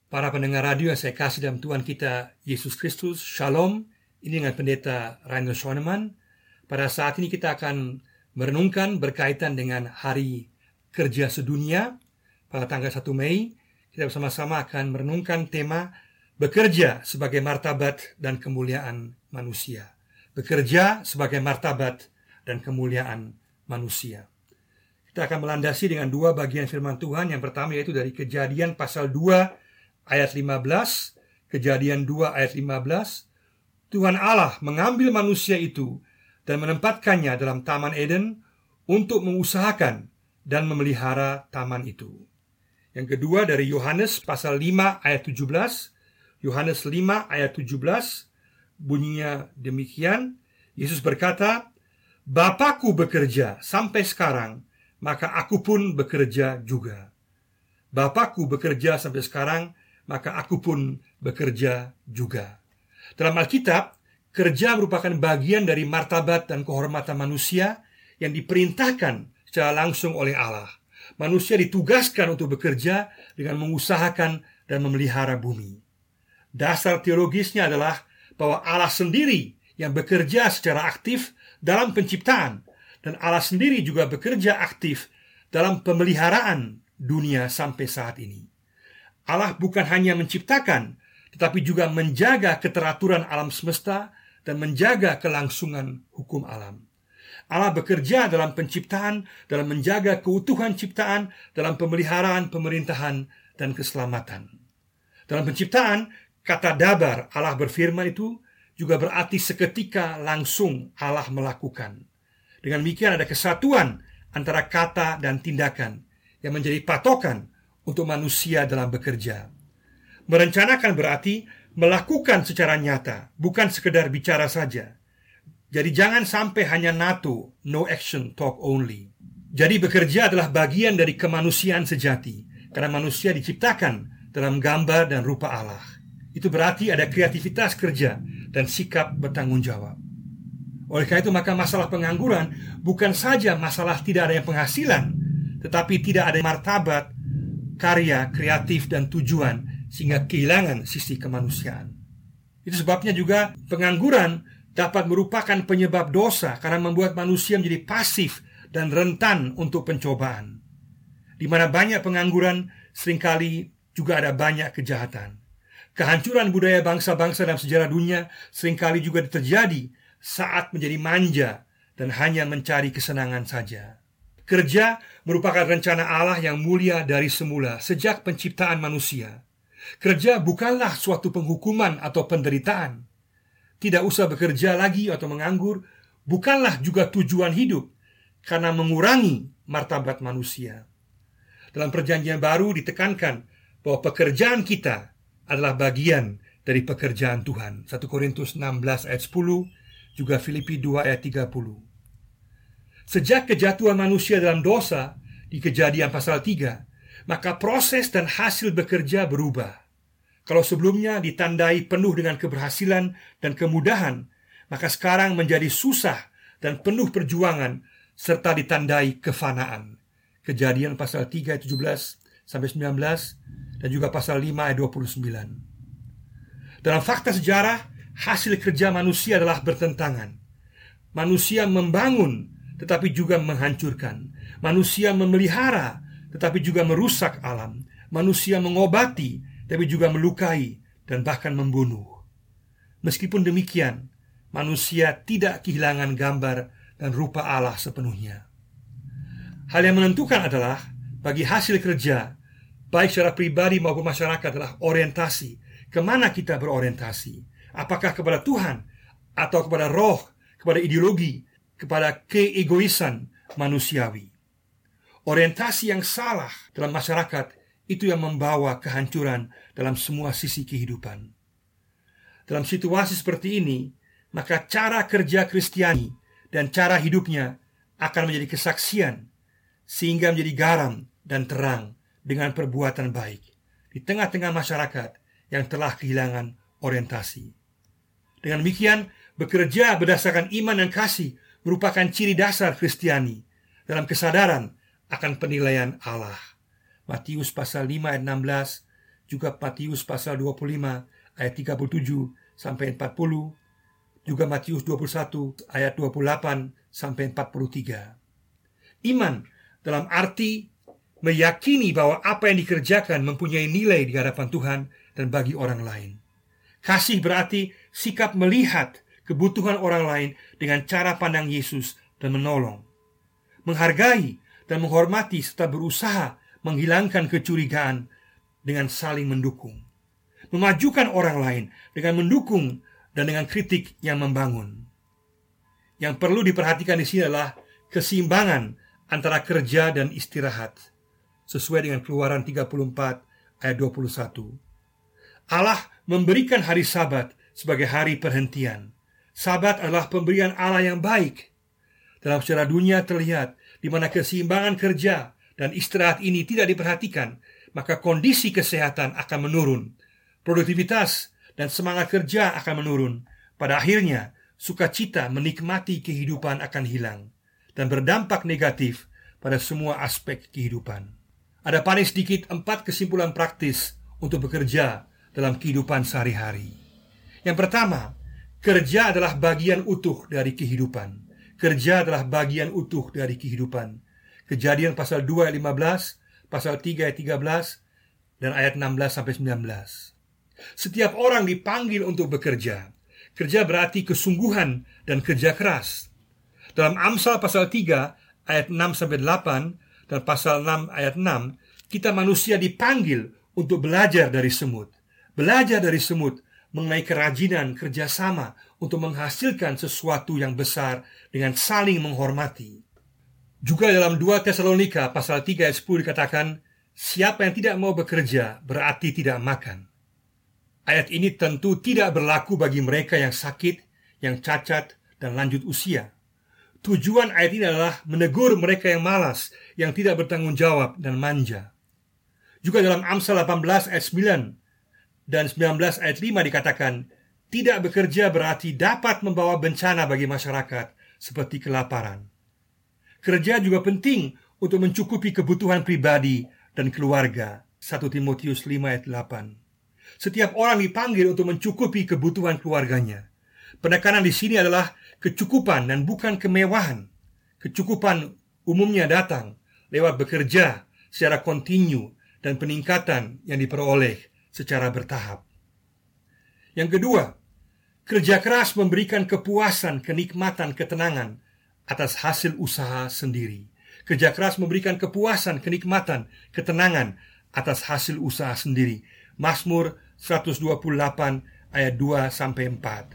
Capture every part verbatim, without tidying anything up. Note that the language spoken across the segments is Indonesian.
Para pendengar radio yang saya kasih dalam Tuhan kita Yesus Kristus, Shalom. Ini dengan Pendeta Rainer Schoenemann. Pada saat ini kita akan merenungkan berkaitan dengan Hari Kerja Sedunia. Pada tanggal satu Mei, kita bersama-sama akan merenungkan tema bekerja sebagai martabat dan kemuliaan manusia. Bekerja sebagai martabat dan kemuliaan manusia. Kita akan melandasi dengan dua bagian firman Tuhan. Yang pertama yaitu dari Kejadian pasal dua ayat lima belas, Kejadian dua ayat lima belas. Tuhan Allah mengambil manusia itu dan menempatkannya dalam Taman Eden untuk mengusahakan dan memelihara taman itu. Yang kedua dari Yohanes pasal lima ayat tujuh belas. Yohanes lima ayat tujuh belas bunyinya demikian. Yesus berkata, "Bapakku bekerja sampai sekarang, maka aku pun bekerja juga. Bapakku bekerja sampai sekarang, maka aku pun bekerja juga." Dalam Alkitab, kerja merupakan bagian dari martabat dan kehormatan manusia yang diperintahkan secara langsung oleh Allah. Manusia ditugaskan untuk bekerja dengan mengusahakan dan memelihara bumi. Dasar teologisnya adalah bahwa Allah sendiri yang bekerja secara aktif dalam penciptaan, dan Allah sendiri juga bekerja aktif dalam pemeliharaan dunia sampai saat ini. Allah bukan hanya menciptakan, tetapi juga menjaga keteraturan alam semesta dan menjaga kelangsungan hukum alam. Allah bekerja dalam penciptaan, dalam menjaga keutuhan ciptaan, dalam pemeliharaan pemerintahan dan keselamatan. Dalam penciptaan, kata dabar Allah berfirman itu juga berarti seketika langsung Allah melakukan. Dengan demikian ada kesatuan antara kata dan tindakan yang menjadi patokan untuk manusia dalam bekerja. Merencanakan berarti melakukan secara nyata, bukan sekedar bicara saja. Jadi jangan sampai hanya NATO, no action, talk only. Jadi bekerja adalah bagian dari kemanusiaan sejati, karena manusia diciptakan dalam gambar dan rupa Allah. Itu berarti ada kreativitas kerja dan sikap bertanggung jawab. Oleh karena itu maka masalah pengangguran bukan saja masalah tidak adanya penghasilan, tetapi tidak ada martabat, karya, kreatif, dan tujuan, sehingga kehilangan sisi kemanusiaan. Itu sebabnya juga pengangguran dapat merupakan penyebab dosa karena membuat manusia menjadi pasif dan rentan untuk pencobaan. Di mana banyak pengangguran, seringkali juga ada banyak kejahatan. Kehancuran budaya bangsa-bangsa dalam sejarah dunia seringkali juga terjadi saat menjadi manja dan hanya mencari kesenangan saja. Kerja merupakan rencana Allah yang mulia dari semula, sejak penciptaan manusia. Kerja bukanlah suatu penghukuman atau penderitaan. Tidak usah bekerja lagi atau menganggur bukanlah juga tujuan hidup, karena mengurangi martabat manusia. Dalam Perjanjian Baru ditekankan bahwa pekerjaan kita adalah bagian dari pekerjaan Tuhan. satu Korintus enam belas ayat sepuluh, juga Filipi dua ayat tiga puluh. Sejak kejatuhan manusia dalam dosa di Kejadian pasal tiga, maka proses dan hasil bekerja berubah. Kalau sebelumnya ditandai penuh dengan keberhasilan dan kemudahan, maka sekarang menjadi susah dan penuh perjuangan serta ditandai kefanaan. Kejadian pasal tiga ayat tujuh belas sampai sembilan belas dan juga pasal lima ayat dua puluh sembilan. Dalam fakta sejarah, hasil kerja manusia adalah bertentangan. Manusia membangun tetapi juga menghancurkan. Manusia memelihara tetapi juga merusak alam. Manusia mengobati tapi juga melukai dan bahkan membunuh. Meskipun demikian, manusia tidak kehilangan gambar dan rupa Allah sepenuhnya. Hal yang menentukan adalah bagi hasil kerja, baik secara pribadi maupun masyarakat, adalah orientasi. Kemana kita berorientasi? Apakah kepada Tuhan atau kepada roh, kepada ideologi, kepada keegoisan manusiawi? Orientasi yang salah dalam masyarakat itu yang membawa kehancuran dalam semua sisi kehidupan. Dalam situasi seperti ini, maka cara kerja Kristiani dan cara hidupnya akan menjadi kesaksian, sehingga menjadi garam dan terang dengan perbuatan baik di tengah-tengah masyarakat yang telah kehilangan orientasi. Dengan demikian, bekerja berdasarkan iman dan kasih merupakan ciri dasar Kristiani dalam kesadaran akan penilaian Allah. Matius pasal lima ayat enam belas, juga Matius pasal dua puluh lima ayat tiga puluh tujuh sampai empat puluh, juga Matius dua puluh satu ayat dua puluh delapan sampai empat puluh tiga. Iman dalam arti meyakini bahwa apa yang dikerjakan mempunyai nilai di hadapan Tuhan dan bagi orang lain. Kasih berarti sikap melihat kebutuhan orang lain dengan cara pandang Yesus dan menolong. Menghargai dan menghormati serta berusaha menghilangkan kecurigaan dengan saling mendukung. Memajukan orang lain dengan mendukung dan dengan kritik yang membangun. Yang perlu diperhatikan di sini adalah keseimbangan antara kerja dan istirahat, sesuai dengan Keluaran tiga puluh empat ayat dua puluh satu. Allah memberikan hari Sabat sebagai hari perhentian. Sabat adalah pemberian Allah yang baik. Dalam sejarah dunia terlihat di mana keseimbangan kerja dan istirahat ini tidak diperhatikan, maka kondisi kesehatan akan menurun, produktivitas dan semangat kerja akan menurun. Pada akhirnya, sukacita menikmati kehidupan akan hilang dan berdampak negatif pada semua aspek kehidupan. Ada paling sedikit empat kesimpulan praktis untuk bekerja dalam kehidupan sehari-hari. Yang pertama, kerja adalah bagian utuh dari kehidupan. Kerja adalah bagian utuh dari kehidupan. Kejadian pasal dua ayat lima belas, pasal tiga ayat tiga belas, dan ayat enam belas sampai sembilan belas. Setiap orang dipanggil untuk bekerja. Kerja berarti kesungguhan dan kerja keras. Dalam Amsal pasal tiga ayat enam sampai delapan dan pasal enam ayat enam, kita manusia dipanggil untuk belajar dari semut. Belajar dari semut mengenai kerajinan kerjasama untuk menghasilkan sesuatu yang besar dengan saling menghormati. Juga dalam dua Tesalonika pasal tiga ayat sepuluh dikatakan, siapa yang tidak mau bekerja berarti tidak makan. Ayat ini tentu tidak berlaku bagi mereka yang sakit, yang cacat, dan lanjut usia. Tujuan ayat ini adalah menegur mereka yang malas, yang tidak bertanggung jawab dan manja. Juga dalam Amsal delapan belas ayat sembilan dan sembilan belas ayat lima dikatakan, tidak bekerja berarti dapat membawa bencana bagi masyarakat seperti kelaparan. Kerja juga penting untuk mencukupi kebutuhan pribadi dan keluarga. satu Timotius lima ayat delapan. Setiap orang dipanggil untuk mencukupi kebutuhan keluarganya. Penekanan di sini adalah kecukupan dan bukan kemewahan. Kecukupan umumnya datang lewat bekerja secara kontinu dan peningkatan yang diperoleh secara bertahap. Yang kedua, kerja keras memberikan kepuasan, kenikmatan, ketenangan atas hasil usaha sendiri. Kerja keras memberikan kepuasan, kenikmatan, ketenangan atas hasil usaha sendiri. Mazmur seratus dua puluh delapan ayat dua sampai empat.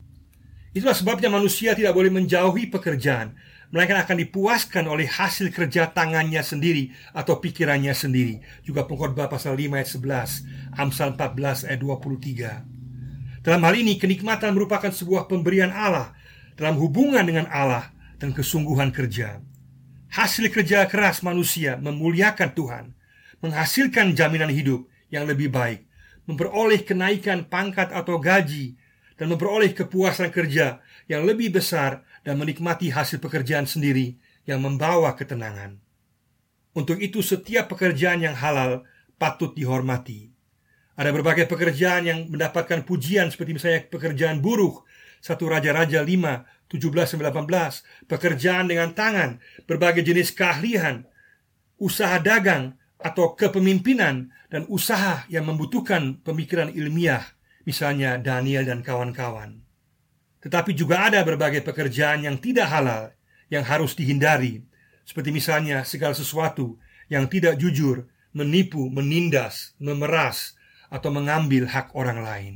Itulah sebabnya manusia tidak boleh menjauhi pekerjaan, melainkan akan dipuaskan oleh hasil kerja tangannya sendiri atau pikirannya sendiri. Juga Pengkhotbah pasal lima ayat sebelas, Amsal empat belas ayat dua puluh tiga. Dalam hal ini, kenikmatan merupakan sebuah pemberian Allah dalam hubungan dengan Allah dan kesungguhan kerja. Hasil kerja keras manusia memuliakan Tuhan, menghasilkan jaminan hidup yang lebih baik, memperoleh kenaikan pangkat atau gaji, dan memperoleh kepuasan kerja yang lebih besar dan menikmati hasil pekerjaan sendiri yang membawa ketenangan. Untuk itu setiap pekerjaan yang halal patut dihormati. Ada berbagai pekerjaan yang mendapatkan pujian seperti misalnya pekerjaan buruh, satu Raja-Raja lima, tujuh belas sampai delapan belas, pekerjaan dengan tangan, berbagai jenis keahlian, usaha dagang atau kepemimpinan, dan usaha yang membutuhkan pemikiran ilmiah, misalnya Daniel dan kawan-kawan. Tetapi juga ada berbagai pekerjaan yang tidak halal yang harus dihindari, seperti misalnya segala sesuatu yang tidak jujur, menipu, menindas, memeras, atau mengambil hak orang lain.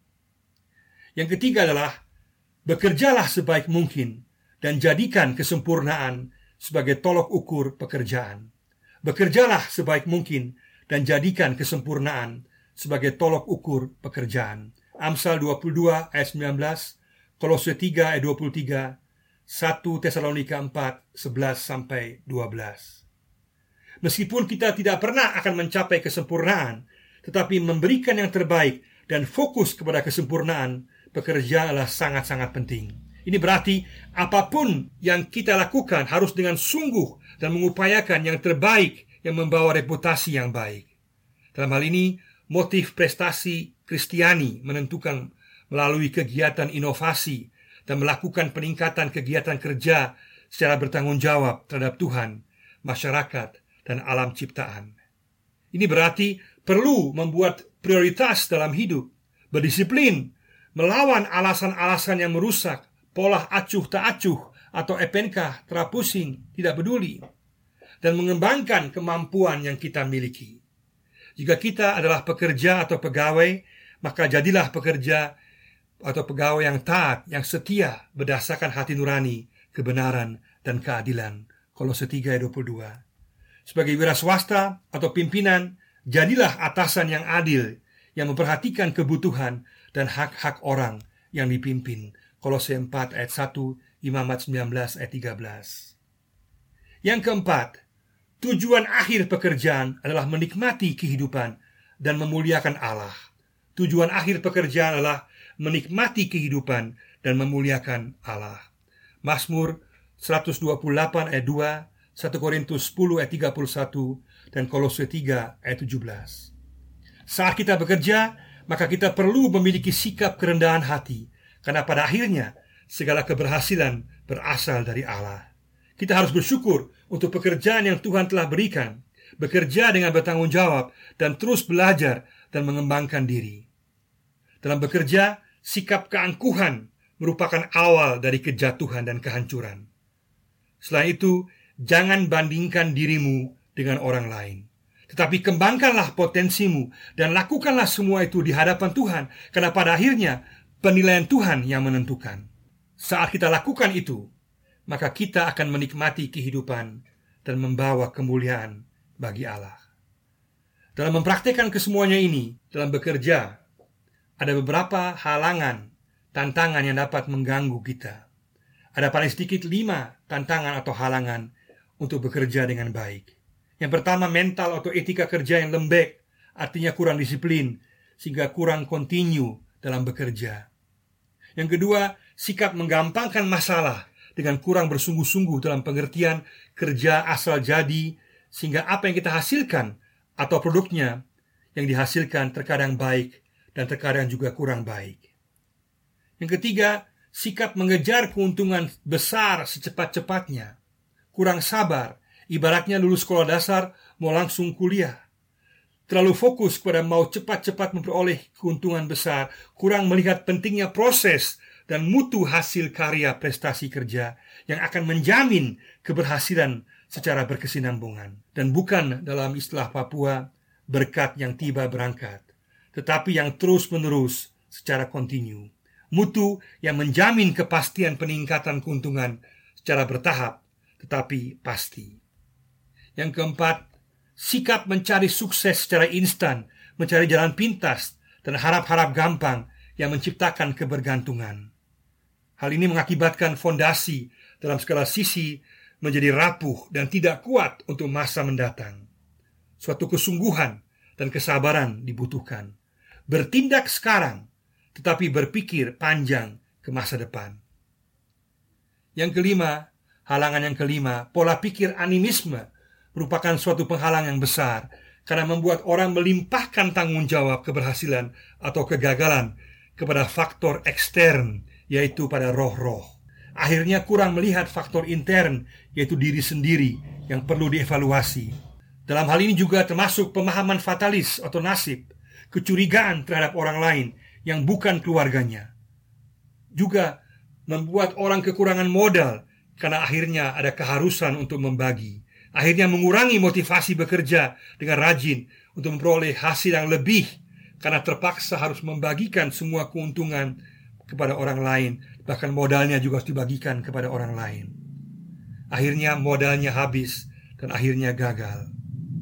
Yang ketiga adalah bekerjalah sebaik mungkin dan jadikan kesempurnaan sebagai tolok ukur pekerjaan. Bekerjalah sebaik mungkin dan jadikan kesempurnaan sebagai tolok ukur pekerjaan. Amsal dua puluh dua ayat sembilan belas, Kolose tiga ayat dua puluh tiga, satu Tesalonika empat, sebelas sampai dua belas. Meskipun kita tidak pernah akan mencapai kesempurnaan, tetapi memberikan yang terbaik dan fokus kepada kesempurnaan, pekerjaan adalah sangat-sangat penting. Ini berarti apapun yang kita lakukan harus dengan sungguh dan mengupayakan yang terbaik yang membawa reputasi yang baik. Dalam hal ini, motif prestasi Kristiani menentukan melalui kegiatan inovasi dan melakukan peningkatan kegiatan kerja secara bertanggung jawab terhadap Tuhan, masyarakat, dan alam ciptaan. Ini berarti perlu membuat prioritas dalam hidup, berdisiplin, melawan alasan-alasan yang merusak, pola acuh tak acuh atau epenkah, terapusing, tidak peduli, dan mengembangkan kemampuan yang kita miliki. Jika kita adalah pekerja atau pegawai, maka jadilah pekerja atau pegawai yang taat, yang setia berdasarkan hati nurani, kebenaran, dan keadilan. Kolose tiga ayat dua puluh dua. Sebagai wira swasta atau pimpinan, jadilah atasan yang adil, yang memperhatikan kebutuhan dan hak-hak orang yang dipimpin. Kolose empat ayat satu, Imamat sembilan belas ayat tiga belas. Yang keempat, tujuan akhir pekerjaan adalah menikmati kehidupan dan memuliakan Allah. Tujuan akhir pekerjaan adalah menikmati kehidupan dan memuliakan Allah. Mazmur seratus dua puluh delapan ayat dua, satu Korintus sepuluh ayat tiga puluh satu, dan Kolose tiga ayat tujuh belas. Saat kita bekerja, maka kita perlu memiliki sikap kerendahan hati, karena pada akhirnya segala keberhasilan berasal dari Allah. Kita harus bersyukur untuk pekerjaan yang Tuhan telah berikan, bekerja dengan bertanggung jawab, dan terus belajar dan mengembangkan diri. Dalam bekerja, sikap keangkuhan merupakan awal dari kejatuhan dan kehancuran. Selain itu, jangan bandingkan dirimu dengan orang lain, tetapi kembangkanlah potensimu dan lakukanlah semua itu di hadapan Tuhan, karena pada akhirnya penilaian Tuhan yang menentukan. Saat kita lakukan itu, maka kita akan menikmati kehidupan dan membawa kemuliaan bagi Allah. Dalam mempraktikkan kesemuanya ini, dalam bekerja, ada beberapa halangan, tantangan yang dapat mengganggu kita. Ada paling sedikit lima tantangan atau halangan untuk bekerja dengan baik. Yang pertama, mental atau etika kerja yang lembek, artinya kurang disiplin, sehingga kurang kontinu dalam bekerja. Yang kedua, sikap menggampangkan masalah dengan kurang bersungguh-sungguh dalam pengertian kerja asal jadi, sehingga apa yang kita hasilkan atau produknya yang dihasilkan terkadang baik dan terkadang juga kurang baik. Yang ketiga, sikap mengejar keuntungan besar secepat-cepatnya, kurang sabar, ibaratnya lulus sekolah dasar mau langsung kuliah. Terlalu fokus pada mau cepat-cepat memperoleh keuntungan besar, kurang melihat pentingnya proses dan mutu hasil karya prestasi kerja yang akan menjamin keberhasilan secara berkesinambungan. Dan bukan dalam istilah Papua, berkat yang tiba berangkat, tetapi yang terus-menerus secara kontinu. Mutu yang menjamin kepastian peningkatan keuntungan secara bertahap, tetapi pasti. Yang keempat, sikap mencari sukses secara instan, mencari jalan pintas, dan harap-harap gampang yang menciptakan kebergantungan. Hal ini mengakibatkan fondasi dalam segala sisi menjadi rapuh dan tidak kuat untuk masa mendatang. Suatu kesungguhan dan kesabaran dibutuhkan. Bertindak sekarang, tetapi berpikir panjang ke masa depan. Yang kelima, halangan yang kelima, pola pikir animisme merupakan suatu penghalang yang besar karena membuat orang melimpahkan tanggung jawab keberhasilan atau kegagalan kepada faktor ekstern, yaitu pada roh-roh. Akhirnya kurang melihat faktor intern, yaitu diri sendiri yang perlu dievaluasi. Dalam hal ini juga termasuk pemahaman fatalis atau nasib, kecurigaan terhadap orang lain yang bukan keluarganya. Juga membuat orang kekurangan modal karena akhirnya ada keharusan untuk membagi. Akhirnya mengurangi motivasi bekerja dengan rajin untuk memperoleh hasil yang lebih karena terpaksa harus membagikan semua keuntungan kepada orang lain, bahkan modalnya juga harus dibagikan kepada orang lain. Akhirnya modalnya habis dan akhirnya gagal.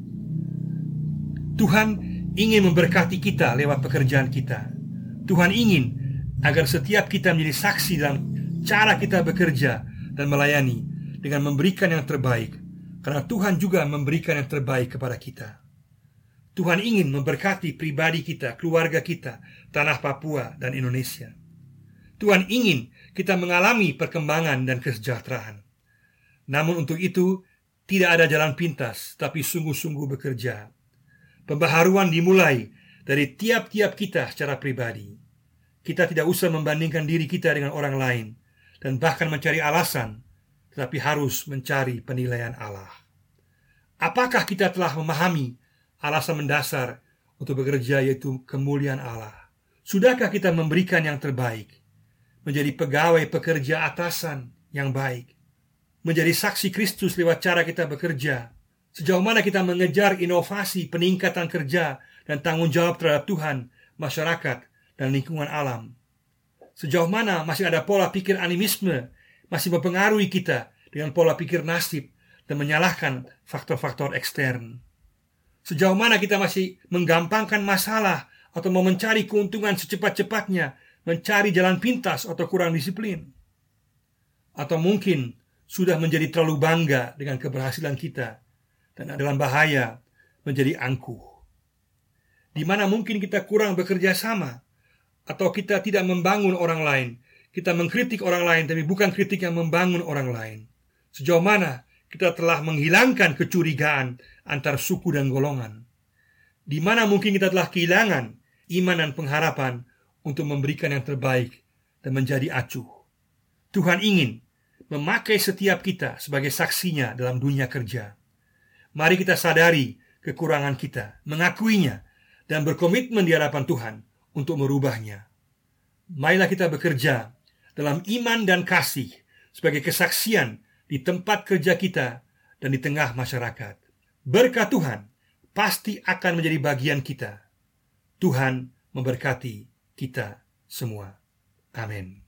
Tuhan ingin memberkati kita lewat pekerjaan kita. Tuhan ingin agar setiap kita menjadi saksi dalam cara kita bekerja dan melayani dengan memberikan yang terbaik, karena Tuhan juga memberikan yang terbaik kepada kita. Tuhan ingin memberkati pribadi kita, keluarga kita, tanah Papua dan Indonesia. Tuhan ingin kita mengalami perkembangan dan kesejahteraan. Namun untuk itu tidak ada jalan pintas, tapi sungguh-sungguh bekerja. Pembaharuan dimulai dari tiap-tiap kita secara pribadi. Kita tidak usah membandingkan diri kita dengan orang lain dan bahkan mencari alasan, tetapi harus mencari penilaian Allah. Apakah kita telah memahami alasan mendasar untuk bekerja, yaitu kemuliaan Allah? Sudahkah kita memberikan yang terbaik, menjadi pegawai pekerja atasan yang baik, menjadi saksi Kristus lewat cara kita bekerja? Sejauh mana kita mengejar inovasi, peningkatan kerja, dan tanggung jawab terhadap Tuhan, masyarakat, dan lingkungan alam? Sejauh mana masih ada pola pikir animisme masih mempengaruhi kita dengan pola pikir nasib dan menyalahkan faktor-faktor ekstern? Sejauh mana kita masih menggampangkan masalah atau mau mencari keuntungan secepat-cepatnya, mencari jalan pintas atau kurang disiplin? Atau mungkin sudah menjadi terlalu bangga dengan keberhasilan kita dan dalam bahaya menjadi angkuh? Di mana mungkin kita kurang bekerja sama, atau kita tidak membangun orang lain. Kita mengkritik orang lain, tapi bukan kritik yang membangun orang lain. Sejauh mana kita telah menghilangkan kecurigaan antar suku dan golongan? Di mana mungkin kita telah kehilangan iman dan pengharapan untuk memberikan yang terbaik dan menjadi acuh? Tuhan ingin memakai setiap kita sebagai saksinya dalam dunia kerja. Mari kita sadari kekurangan kita, mengakuinya, dan berkomitmen di hadapan Tuhan untuk merubahnya. Marilah kita bekerja dalam iman dan kasih sebagai kesaksian di tempat kerja kita dan di tengah masyarakat. Berkat Tuhan pasti akan menjadi bagian kita. Tuhan memberkati kita semua. Amin.